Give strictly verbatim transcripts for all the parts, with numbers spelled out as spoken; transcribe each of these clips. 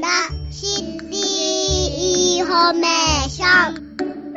だシティインフォメーション。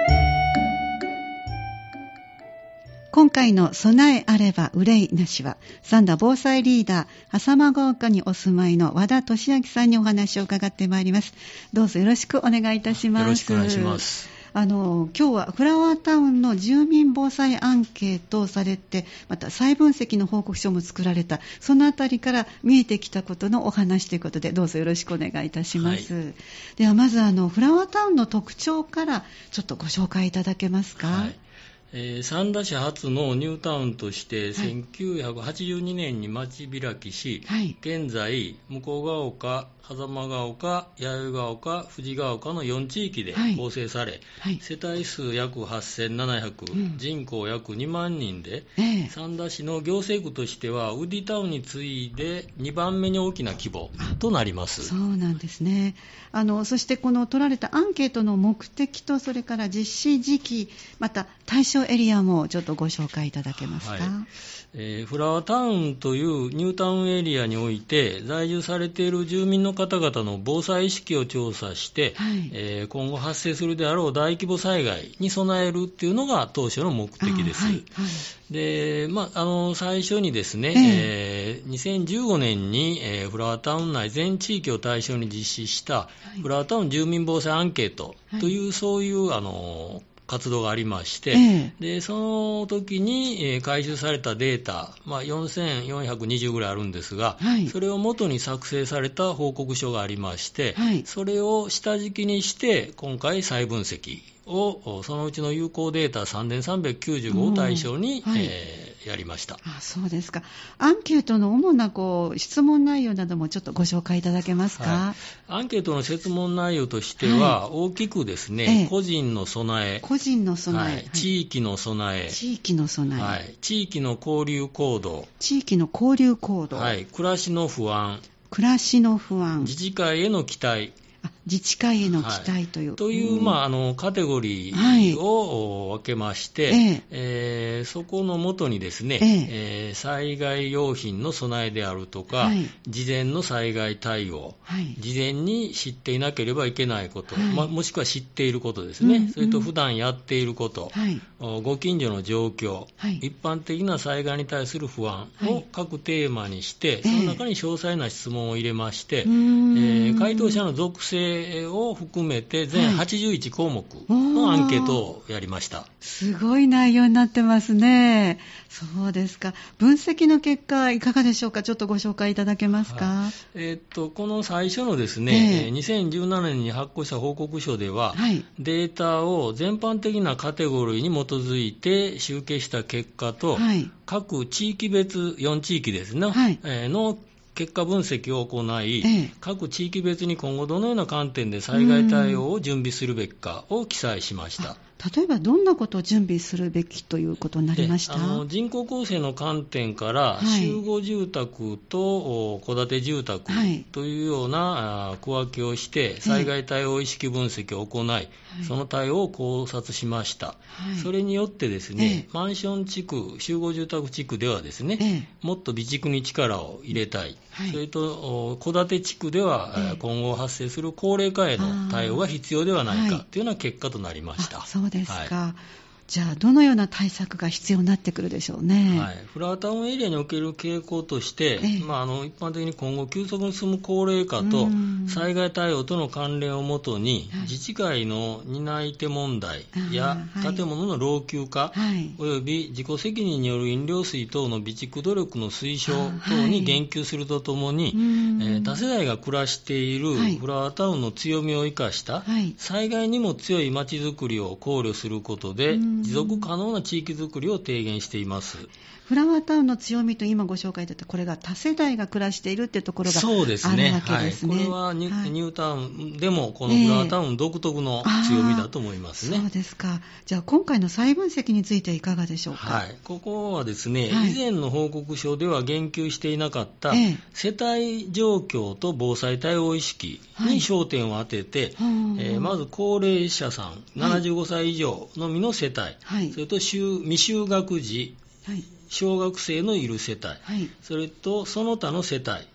今回の備えあれば憂いなしは、三田防災リーダー笠間が丘にお住まいの和田俊明さんにお話を伺ってまいります。どうぞよろしくお願いいたします。 よろしくお願いします。 あの今日はフラワータウンの住民防災アンケートをされて、また再分析の報告書も作られた、そのあたりから見えてきたことのお話ということで、どうぞよろしくお願いいたします。はい、ではまずあのフラワータウンの特徴からちょっとご紹介いただけますか。 はい、えー、三田市初のニュータウンとしてせんきゅうひゃくはちじゅうにねんに町開きし、はい、現在向ヶ丘、狭間が丘、弥生が丘、富士ヶ丘のよん地域で構成され、はいはい、世帯数約はっせんななひゃく、うん、人口約にまんにんで、えー、三田市の行政区としてはウッディタウンに次いでにばんめに大きな規模となります。 そうなんですね。あのそしてこの取られたアンケートの目的と、それから実施時期、また対象エリアもちょっとご紹介いただけますか。はい、 えー、フラワータウンというニュータウンエリアにおいて在住されている住民の方々の防災意識を調査して、はい、えー、今後発生するであろう大規模災害に備えるっていうのが当初の目的です。はいはい、で、まあ、あの最初にですね、えーえー、にせんじゅうごねんに、えー、フラワータウン内全地域を対象に実施した、はい、フラワータウン住民防災アンケートという、はい、そういうあの活動がありまして、ええ、でその時に、えー、回収されたデータ、まあ、よんせんよんひゃくにじゅうぐらいあるんですが、はい、それを元に作成された報告書がありまして、はい、それを下敷きにして今回再分析を、そのうちの有効データさんぜんさんびゃくきゅうじゅうごを対象に、はい、えー、やりました。 あ、そうですか。アンケートの主なこう質問内容などもちょっとご紹介いただけますか。 はい、アンケートの質問内容としては、はい、大きくですね、ええ、個人の備え、 個人の備え、 はい、地域の備え、 地域の備え、 はい、地域の交流行動、 地域の交流行動、 はい、暮らしの不安、 暮らしの不安、 自治会への期待、 自治会への期待という、はい、 という、まあ、あのカテゴリーを分けまして、はい、えええー、そこのもとにですね、えええー、災害用品の備えであるとか、はい、事前の災害対応、はい、事前に知っていなければいけないこと、はい、まあ、もしくは知っていることですね、うんうん、それと普段やっていること、はい、ご近所の状況、はい、一般的な災害に対する不安を各テーマにして、はい、その中に詳細な質問を入れまして、ええー、回答者の属性を含めて全はちじゅういちこうもくのアンケートをやりました。はい、 すごい内容になってますね。そうですか。分析の結果いかがでしょうか。ちょっとご紹介いただけますか。はい、 えー、っとこの最初のですね、えー、にせんじゅうななねんに発行した報告書では、はい、データを全般的なカテゴリーに基づいて集計した結果と、はい、各地域別よん地域ですね、はい、えー、の結果分析を行い、ええ、各地域別に今後どのような観点で災害対応を準備するべきかを記載しました。 例えばどんなことを準備するべきということになりました？ あの人口構成の観点から、はい、集合住宅と戸建て住宅というような、はい、区分けをして災害対応意識分析を行い、はい、その対応を考察しました。はい、それによってですね、ええ、マンション地区、集合住宅地区ではですね、ええ、もっと備蓄に力を入れたい。はい、それと戸建て地区では、ええ、今後発生する高齢化への対応が必要ではないかというような結果となりました。 はい、そうですか。はい、じゃあどのような対策が必要になってくるでしょうね。 はい、フラワータウンエリアにおける傾向として、ええ、まあ、あの一般的に今後急速に進む高齢化と災害対応との関連をもとに、はい、自治会の担い手問題や建物の老朽化、はい、および自己責任による飲料水等の備蓄努力の推奨等に言及するとともに、はい、えー、多世代が暮らしているフラワータウンの強みを生かした災害にも強い街づくりを考慮することで、持続可能な地域づくりを提言しています。 フラワータウンの強みと今ご紹介いただいたこれが多世代が暮らしているっていうところがあるわけですね。 そうですね。はい、これはニュ、はい、ニュータウンでもこのフラワータウン独特の強みだと思いますね。 えー、そうですか。じゃあ今回の再分析についてはいかがでしょうか。 はい、ここはですね、はい、以前の報告書では言及していなかった世帯状況と防災対応意識に焦点を当てて、はい、えー、まず高齢者さんななじゅうごさい以上のみの世帯、はい、それと未就学児、はい、小学生のいる世帯、はい、それとその他の世帯、はい、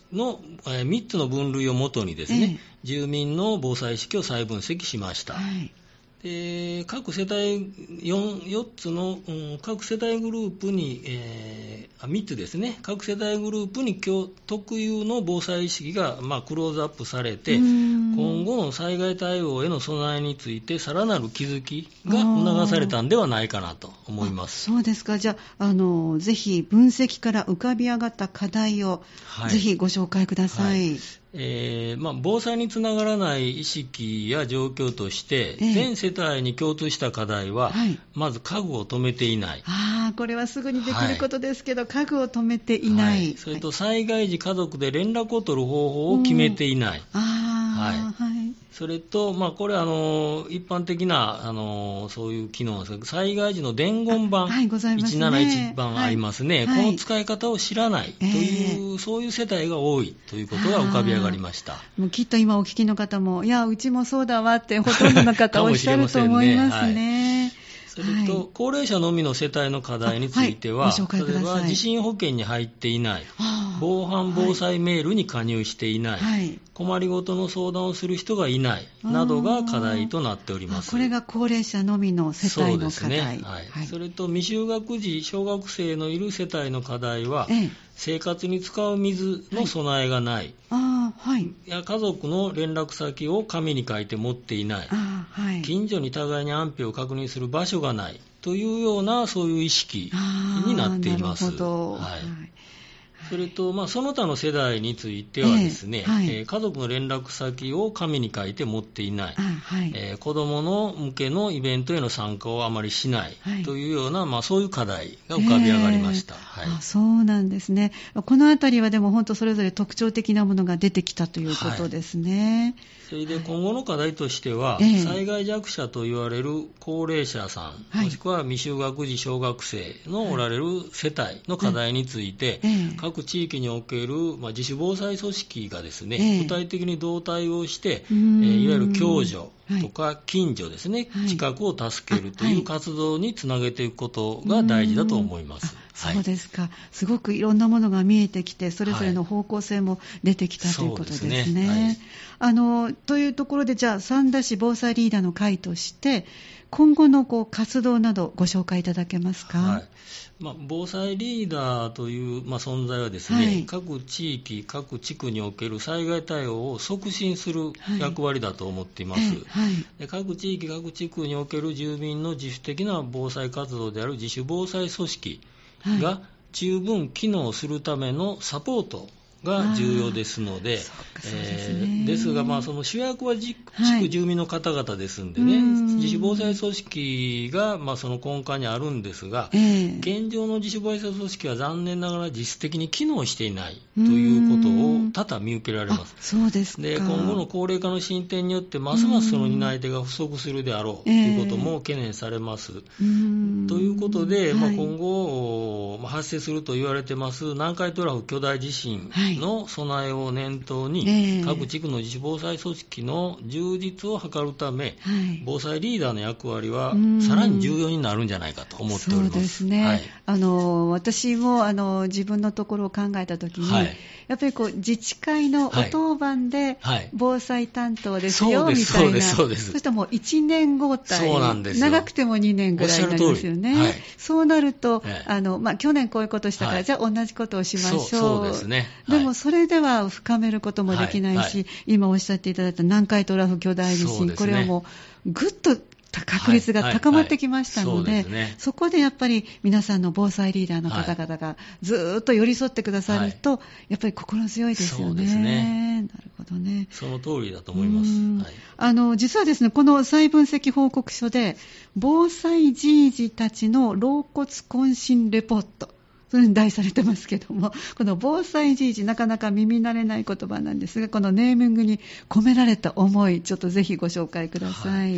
の、えー、みっつの分類をもとにですね、ええ、住民の防災意識を再分析しました。はい、で各世帯 4, 4つの、うん、各世帯グループに、えー、あみっつですね、各世帯グループに特有の防災意識が、まあ、クローズアップされて、今後の災害対応への備えについてさらなる気づきが促されたんではないかなと思います。 そうですか。じゃあ、あのぜひ分析から浮かび上がった課題を、はい、ぜひご紹介ください。はい、 えーまあ、防災につながらない意識や状況として、えー、全世帯に共通した課題は、はい、まず家具を止めていない。 あこれはすぐにできることですけど、はい、家具を止めていない、はい、 それと災害時家族で連絡を取る方法を決めていない。あはいはい、それと、まあ、これはあの一般的なあのそういう機能なんですけど、災害時の伝言板、はいね、いちなないちばんありますね、はい、この使い方を知らないという、えー、そういう世帯が多いということが浮かび上がりました。 もうきっと今お聞きの方も、いやうちもそうだわってほとんどの方おっしゃると思いますね。 それと、はい、高齢者のみの世帯の課題については、はい、例えば地震保険に入っていない、防犯防災メールに加入していない、はい、困りごとの相談をする人がいないなどが課題となっております。 これが高齢者のみの世帯の課題。そうですね。 はいはい、それと未就学児小学生のいる世帯の課題は、ええ、生活に使う水の備えがない、はい、あはい、や家族の連絡先を紙に書いて持っていない、あ、はい、近所に互いに安否を確認する場所がないというようなそういう意識になっています。なるほど、はいはい、それと、まあ、その他の世代についてはですね、えーはいえー、家族の連絡先を紙に書いて持っていない、はいえー、子どもの向けのイベントへの参加をあまりしない、はい、というような、まあ、そういう課題が浮かび上がりました。えーはい、あそうなんですね。このあたりはでも本当それぞれ特徴的なものが出てきたということですね。はい、 それで今後の課題としては、はい、災害弱者と言われる高齢者さん、はい、もしくは未就学児小学生のおられる世帯の課題について、はい、各地域における、まあ、自主防災組織がですね、えー、具体的にどう対応して、えー、いわゆる共助とか近所ですね、はい、近くを助けるという活動につなげていくことが大事だと思います。 はい、そうですか。すごくいろんなものが見えてきて、それぞれの方向性も出てきた、はい、ということですね。そうですね。はい、あのというところで、じゃあ三田市防災リーダーの会として今後のこう活動などご紹介いただけますか。はい、 まあ、防災リーダーという、まあ、存在はですね、はい、各地域各地区における災害対応を促進する役割だと思っています。はいはい、で各地域各地区における住民の自主的な防災活動である自主防災組織が十分機能するためのサポートが重要ですので、ですが、まあ、その主役は地区住民の方々ですんでね、はい、自主防災組織が、まあ、その根幹にあるんですが、えー、現状の自主防災組織は残念ながら実質的に機能していないということを多々見受けられます。 そうですか。 で、今後の高齢化の進展によってますますその担い手が不足するであろうということも懸念されます。えー、ということで、まあ、今後、はい、発生すると言われてます南海トラフ巨大地震の備えを念頭に、はい、各地区の自主防災組織の充実を図るため、はい、防災リーダーの役割はさらに重要になるんじゃないかと思っております。 そうですね。はい、あの私もあの自分のところを考えたときに、はい、やっぱりこう自治会のお当番で防災担当ですよ、はい、みたいな。そうです。そしたらもういちねんごたい、そうなんですよ。長くてもにねんぐらいになりますよね。はい、そうなると、ええ、あのまあ、去年こういうことしたから、はい、じゃあ同じことをしましょう。そう、そうですね。でもそれでは深めることもできないし、はいはい、今おっしゃっていただいた南海トラフ巨大地震、ね、これはもうぐっと確率が高まってきましたので、はいはいはい、 そ, でね、そこでやっぱり皆さんの防災リーダーの方々がずっと寄り添ってくださると、はい、やっぱり心強いですよね。そうですね。なるほどね。 その通りだと思います。はい、 あの実はですね、この再分析報告書で防災じいじたちの老骨渾身レポート、それに題されてますけども、この防災じいじ、なかなか耳慣れない言葉なんですが、このネーミングに込められた思い、ちょっとぜひご紹介ください。はい、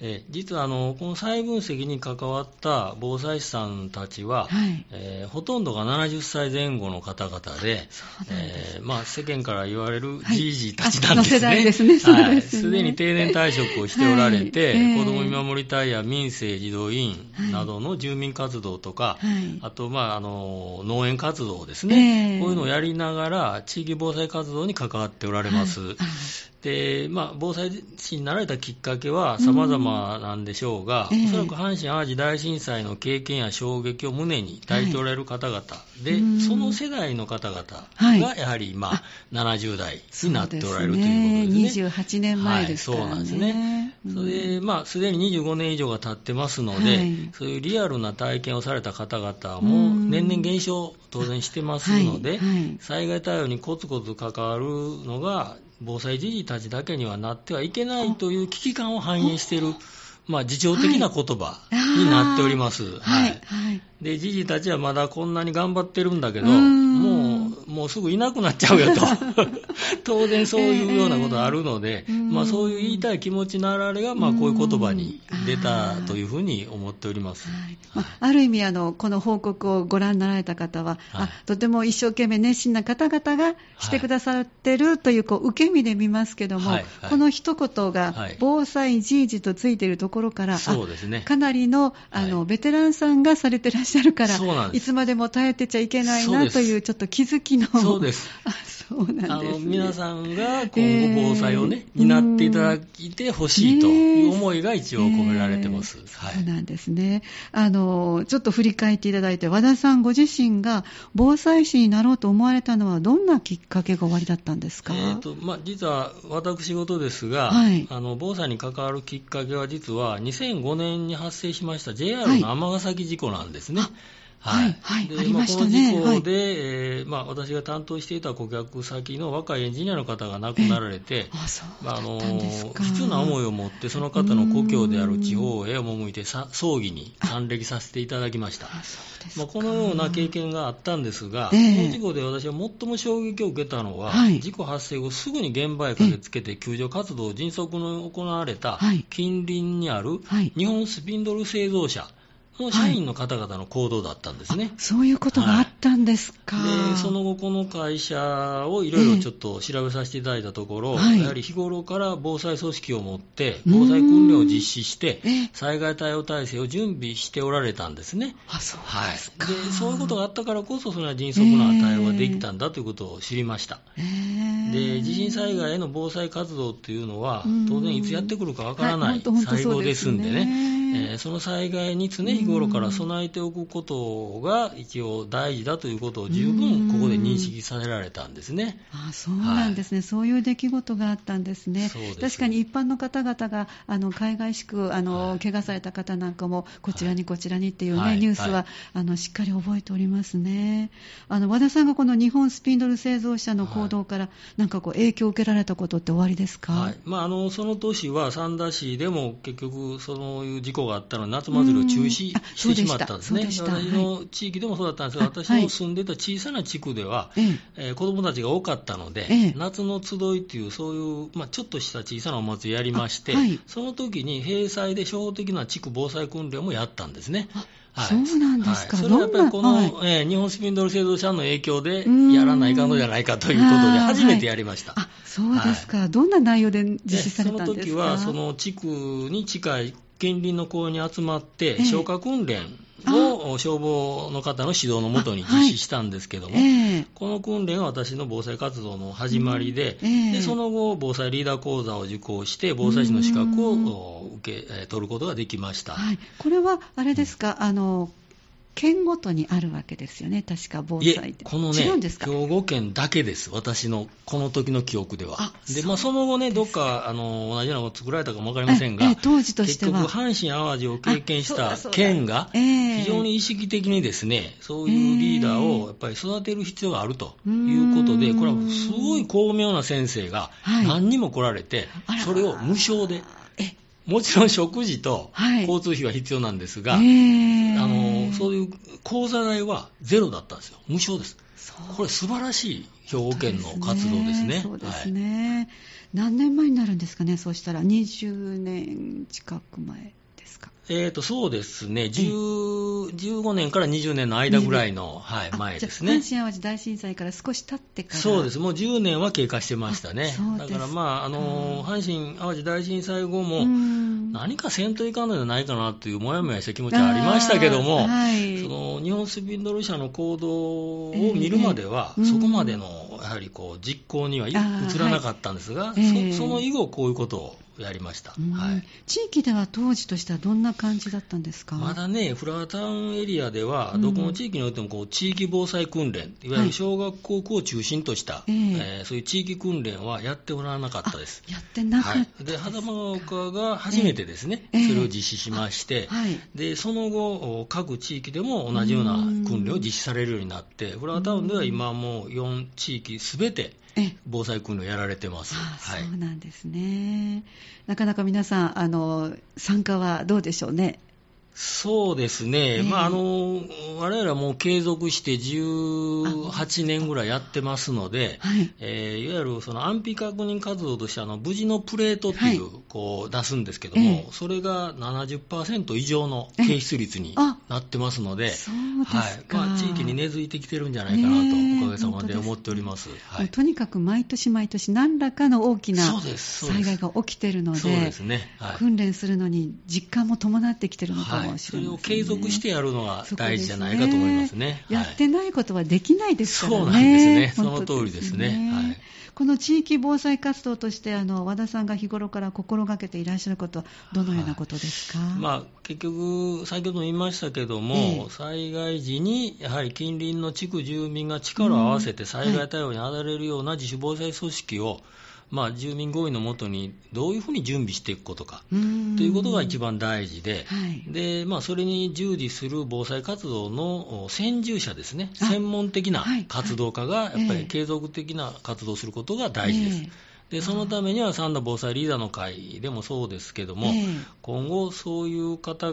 え実はあのこの再分析に関わった防災士さんたちは、はいえー、ほとんどがななじゅっさいぜん後の方々で、えーまあ、世間から言われるじいじたちなんですね。はい、すでに定年退職をしておられて、はいえー、子ども見守り隊や民生児童委員などの住民活動とか、はい、あと、まあ、あの農園活動ですね、えー、こういうのをやりながら地域防災活動に関わっておられます。はいでまあ、防災士になられたきっかけは様々なんでしょうが、うん、おそらく阪神・淡路大震災の経験や衝撃を胸に抱いておられる方々、はい、で、その世代の方々がやはり今、はい、ななじゅう代になっておられるということですね。 にじゅうはちねんまえですからね。はい、そうなんですね。 それで、まあ、すでににじゅうごねん以上が経ってますので、はい、そういうリアルな体験をされた方々も年々減少当然してますので、はいはい、災害対応にコツコツ関わるのが防災じじたちだけにはなってはいけないという危機感を反映している、まあ、自重的な言葉になっております。はいはいはい、でじじたちはまだこんなに頑張ってるんだけど、もう、もうすぐいなくなっちゃうよと当然そういうようなことがあるので、えーまあ、そういう言いたい気持ちの表れが、まあ、こういう言葉に出たというふうに思っております。 はいまあ、ある意味あのこの報告をご覧になられた方は、はい、あとても一生懸命熱心な方々がしてくださってるという、こう受け身で見ますけども、はいはい、この一言が防災じいじとついているところから、 そうですね、 かなり の, あの、はい、ベテランさんがされてらっしゃるから、いつまでも耐えてちゃいけないなというちょっと気づきの。 そうです。 あ、そうなんですね。あの皆さんが今後防災をね、えー、担っていただいてほしいという思いが一応込められてます。えーはい、 そうなんですね。あのちょっと振り返っていただいて、和田さんご自身が防災士になろうと思われたのはどんなきっかけがおありだったんですか？ えーとまあ、実は私事ですが、はい、あの防災に関わるきっかけは実はにせんごねんに発生しました ジェイアール の尼崎事故なんですね。はいはいはい、 でありましたね。 まあ、この事故で、はいえーまあ、私が担当していた顧客先の若いエンジニアの方が亡くなられて、 あそうだったんですか。 悲痛な思いを持ってその方の故郷である地方へ赴いてさ葬儀に参列させていただきました。 あそうですか。 まあ、このような経験があったんですが、えー、この事故で私は最も衝撃を受けたのは、はい、事故発生後すぐに現場へ駆けつけて救助活動を迅速に行われた近隣にある日本スピンドル製造社の社員の方々の行動だったんですね。はい、 そういうことがあったんですか。 はい、でその後この会社をいろいろちょっと調べさせていただいたところ、えー、やはり日頃から防災組織を持って防災訓練を実施して災害対応体制を準備しておられたんですね。 あ、そうですか。 はい、でそういうことがあったからこそそれは迅速な対応ができたんだということを知りました。えー、で地震災害への防災活動というのは当然いつやってくるかわからない災害ですんでね、えー、その災害に常日頃から備えておくことが一応大事だということを十分ここで認識させられたんですね。 あ、そうなんですね、はい、そういう出来事があったんですね。 そうです。 確かに一般の方々があの海外しくあの、はい、怪我された方なんかもこちらにこちらにっていう、ねはい、ニュースは、はい、あのしっかり覚えておりますね。あの和田さんがこの日本スピンドル製造社の行動から、はい、なんかこう影響を受けられたことっておありですか？ はいまあ、あのその年は三田市でも結局そういう事故があったので夏祭りを中止してしまったんですね。私の地域でもそうだったんですが、私の住んでた小さな地区では、はいえー、子どもたちが多かったので、ええ、夏の集いというそういう、まあ、ちょっとした小さなお祭りをやりまして、はい、その時に閉鎖で初歩的な地区防災訓練もやったんですね。 はい、そうなんですか。 はい、それはやっぱりこの、はいえー、日本スピンドル製造社の影響でやらないかんのじゃないかということで初めてやりました。 あ、そうですか、はい、どんな内容で実施されたんですか？ その時はその地区に近い近隣の公園に集まって消火訓練を消防の方の指導のもとに実施したんですけども、はいえー、この訓練は私の防災活動の始まり で,、うんえー、でその後防災リーダー講座を受講して防災士の資格を受け取ることができました。 はい、これはあれですか、あの県ごとにあるわけですよね、確か防災って。 いえ、このね、 違うんですか？ 兵庫県だけです、私のこの時の記憶では。あで、まあ、その後ね、どっかあの同じようなのが作られたかもわかりませんが、 ええ当時としては結局、阪神・淡路を経験した県が、非常に意識的にですね、そういうリーダーをやっぱり育てる必要があるということで、これはすごい巧妙な先生が何人も来られて、それを無償で。 もちろん食事と交通費は必要なんですが、 はい、えー、 あのそういう講座代はゼロだったんですよ。無償です。これ素晴らしい兵庫県の活動ですね。 そうですね、はい、何年前になるんですかね。そうしたらにじゅうねん近く前ですか。 えーと、そうですね、じゅう、じゅうごねんからにじゅうねんの間ぐらいの、はい、前ですね。 阪神・淡路大震災から少し経ってから。 そうです、もうじゅうねんは経過してましたね。だから、まあ、あのの阪神・淡路大震災後も、何かせんといかんのじゃないかなというもやもやした気持ちはありましたけども、はい、その日本スピンドル社の行動を見るまでは、えー、そこまでのやはりこう実行には移らなかったんですが、はい、えー、そ, その以後、こういうことをやりました、はい、 地域では当時としてはどんな感じだったんですか。 まだね、フラワータウンエリアでは、どこの地域においてもこう地域防災訓練、いわゆる小学校区を中心とした、はい、えー、そういう地域訓練はやっておらなかったです。 やってなかった、はい、 で、秦間ヶ丘が初めてですね、えー、それを実施しまして、はい、でその後、各地域でも同じような訓練を実施されるようになって、フラワータウンでは今もうよん地域すべて防災訓練をやられてます。 はい、そうなんですね。なかなか皆さん、あの参加はどうでしょうね。 そうですね、えーまあ、あの我々はもう継続してじゅうはちねんぐらいやってますので、はい、えー、いわゆるその安否確認活動としてあの無事のプレートっていう、はい、こう出すんですけども、えー、それが ななじゅっパーセント 以上の検出率になってますので、 そうですか、 はい、まあ、地域に根付いてきてるんじゃないかなと、おかげさまで思っております。はい、 とにかく毎年毎年何らかの大きな災害が起きているので、 そうですね、はい、 訓練するのに実感も伴ってきているのかもしれませんね。はい、 継続してやるのが大事じゃないかと思いますね。 やってないことはできないですからね。 そうなんですね。その通りですね。はい、 この地域防災活動としてあの和田さんが日頃から心がけていらっしゃることはどのようなことですか。はい、 まあ、結局先ほども言いましたけども、えー、災害時にやはり近隣の地区住民が力を合わせて災害対応に当たれるような自主防災組織を、まあ、住民合意のもとにどういうふうに準備していくことかということが一番大事で、はい、でまあ、それに従事する防災活動の専従者ですね、専門的な活動家がやっぱり継続的な活動をすることが大事です。えーでそのためには三田防災リーダーの会でもそうですけども、えー、今後そういう方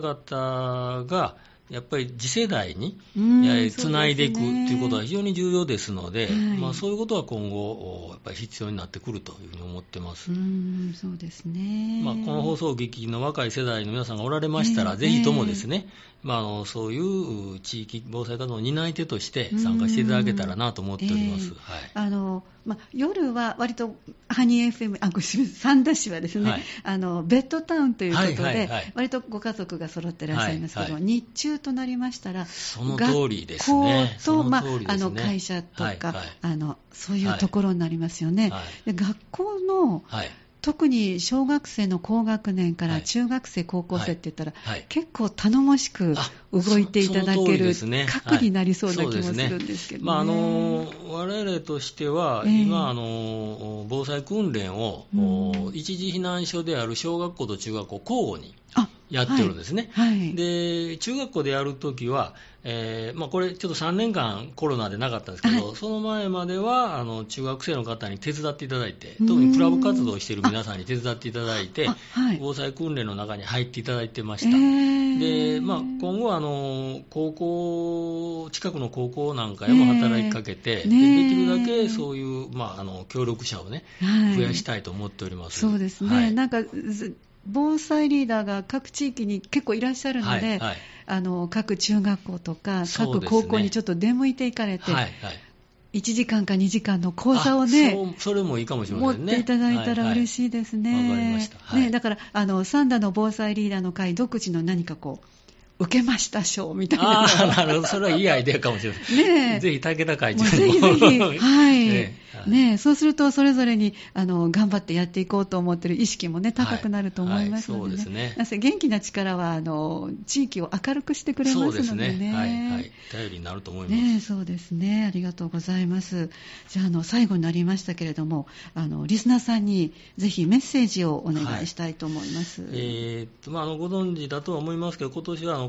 々がやっぱり次世代につないでいくということは非常に重要ですので、はい、まあ、そういうことは今後やっぱり必要になってくるというふうに思ってます。 うーん、そうですね。 まあ、この放送劇の若い世代の皆さんがおられましたら、えー、ぜひともですね、まあ、あのそういう地域防災活動の担い手として参加していただけたらなと思っております。 えーはい、あのまあ、夜は割とハニー エフエム、あ、ごめんなさい、三田市はですね、はい、あのベッドタウンということで、はいはいはい、割とご家族が揃っていらっしゃいますけど、はいはい、日中となりましたら、 その通りですね。 学校と、まあ、あの会社とか、はいはい、あのそういうところになりますよね。はい、で学校の、はい、特に小学生の高学年から中学生、はい、高校生って言ったら、はい、結構頼もしく動いていただける核になりそうな気もするんですけどね。 まあ、あの我々としては、えー、今あの防災訓練を、うん、一時避難所である小学校と中学校交互にやってるんですね。はいはい、で中学校でやるときは、えーまあ、これちょっとさんねんかんコロナでなかったんですけど、はい、その前まではあの中学生の方に手伝っていただいて、特にクラブ活動をしている皆さんに手伝っていただいて、はい、防災訓練の中に入っていただいてました。えー、でまあ、今後はあの高校近くの高校なんかへも働きかけて、えーね、できるだけそういう、まあ、あの協力者をね、はい、増やしたいと思っております。 そうですね、はい、なんか防災リーダーが各地域に結構いらっしゃるので、はいはい、あの各中学校とか各高校にちょっと出向いていかれて、はいはい、いちじかんかにじかんの講座をね、 そ, それもいいかもしれませんね。 持っていただいたら嬉しいですね。 はいはい、わかりました。はい、 ね、だからあの三田の防災リーダーの会独自の何かこう受けました賞みたいな。 ああ、なるほど。それはいいアイデアかもしれない。ねえ。ぜひ武田会長にも。 ぜひぜひ。はい。ねえ、ねえ、そうするとそれぞれにあの頑張ってやっていこうと思っている意識もね高くなると思いますのでね。はいはい、そうですね。元気な力はあの地域を明るくしてくれますのでね。そうですね。はいはい。 頼りになると思います。 ねえ、そうですね。ありがとうございます。じゃあ、あの最後になりましたけれども、あのリスナーさんにぜひメッセージをお願いしたいと思います。 はい、えーっとまああのご存知だとは思いますけど、今年はあの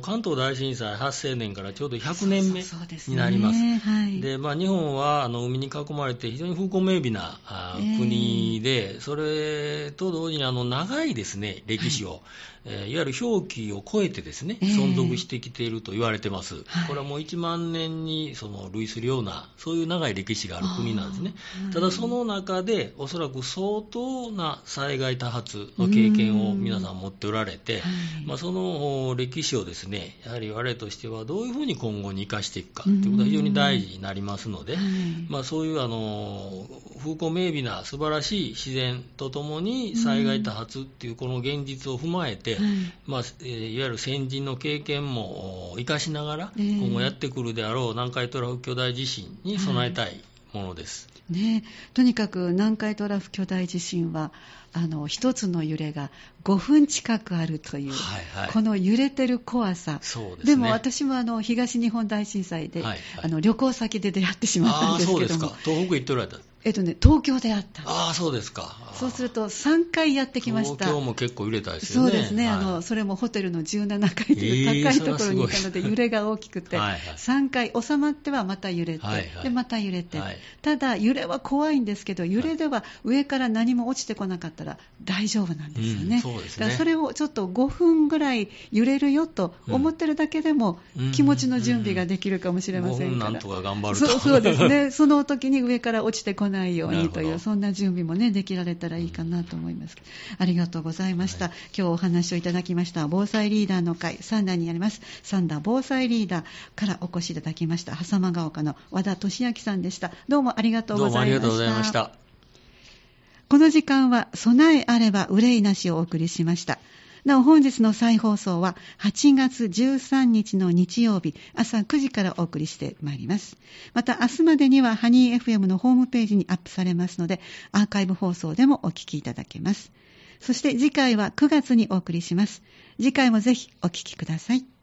関東大震災発生年からちょうどひゃくねんめになります。 そうそうそうですね、はい、 で、まあ、日本はあの海に囲まれて非常に風光明媚な、えー、国で、それと同時にあの長いですね歴史を、はい、えー、いわゆる氷期を超えてですね、えー、存続してきていると言われてます。はい、これはもういちまんねんにその類するようなそういう長い歴史がある国なんですね。ただその中でおそらく相当な災害多発の経験を皆さん持っておられて、はい、まあ、その歴史をですね、やはり我々としてはどういうふうに今後に生かしていくかということが非常に大事になりますので、はい、まあ、そういうあの風光明媚な素晴らしい自然とともに災害多発っていうこの現実を踏まえて、はい、まあ、えー、いわゆる先人の経験も生かしながら今後やってくるであろう南海トラフ巨大地震に備えたいものです。 はい、ね、とにかく南海トラフ巨大地震はあの一つの揺れがごふん近くあるという、はいはい、この揺れてる怖さ。 そうですね、 でも私もあの東日本大震災で、はいはい、あの旅行先で出会ってしまったんですけども。あ、そうですか。 東北行っておられた。 えっとね、東京であったんです。 ああ、そうですか。 そうするとさんかいやってきました。 東京も結構揺れたですよね。 そうですね、はい、あのそれもホテルのじゅうななかいという高いところにいたので、揺れが大きくてはい、はい、さんかい収まってはまた揺れて、はいはい、でまた揺れて、はい、ただ揺れは怖いんですけど、揺れでは上から何も落ちてこなかったら大丈夫なんですよね。うん、そうですね。だからそれをちょっとごふんぐらい揺れるよと思ってるだけでも、うん、気持ちの準備ができるかもしれませんから、 ごふんなんとか頑張ると。 そう、そうですね。その時に上から落ちてこないようにという、そんな準備もねできられたらいいかなと思います。ありがとうございました。はい、今日お話をいただきました防災リーダーの会三田にあります三田防災リーダーからお越しいただきました狭間が丘の和田俊明さんでした。どうもありがとうございました。 どうもありがとうございました。 この時間は備えあれば憂いなしをお送りしました。なお本日の再放送ははちがつじゅうさんにちの日曜日朝くじからお送りしてまいります。また明日までにはハニー エフエム のホームページにアップされますので、アーカイブ放送でもお聞きいただけます。そして次回はくがつにお送りします。次回もぜひお聞きください。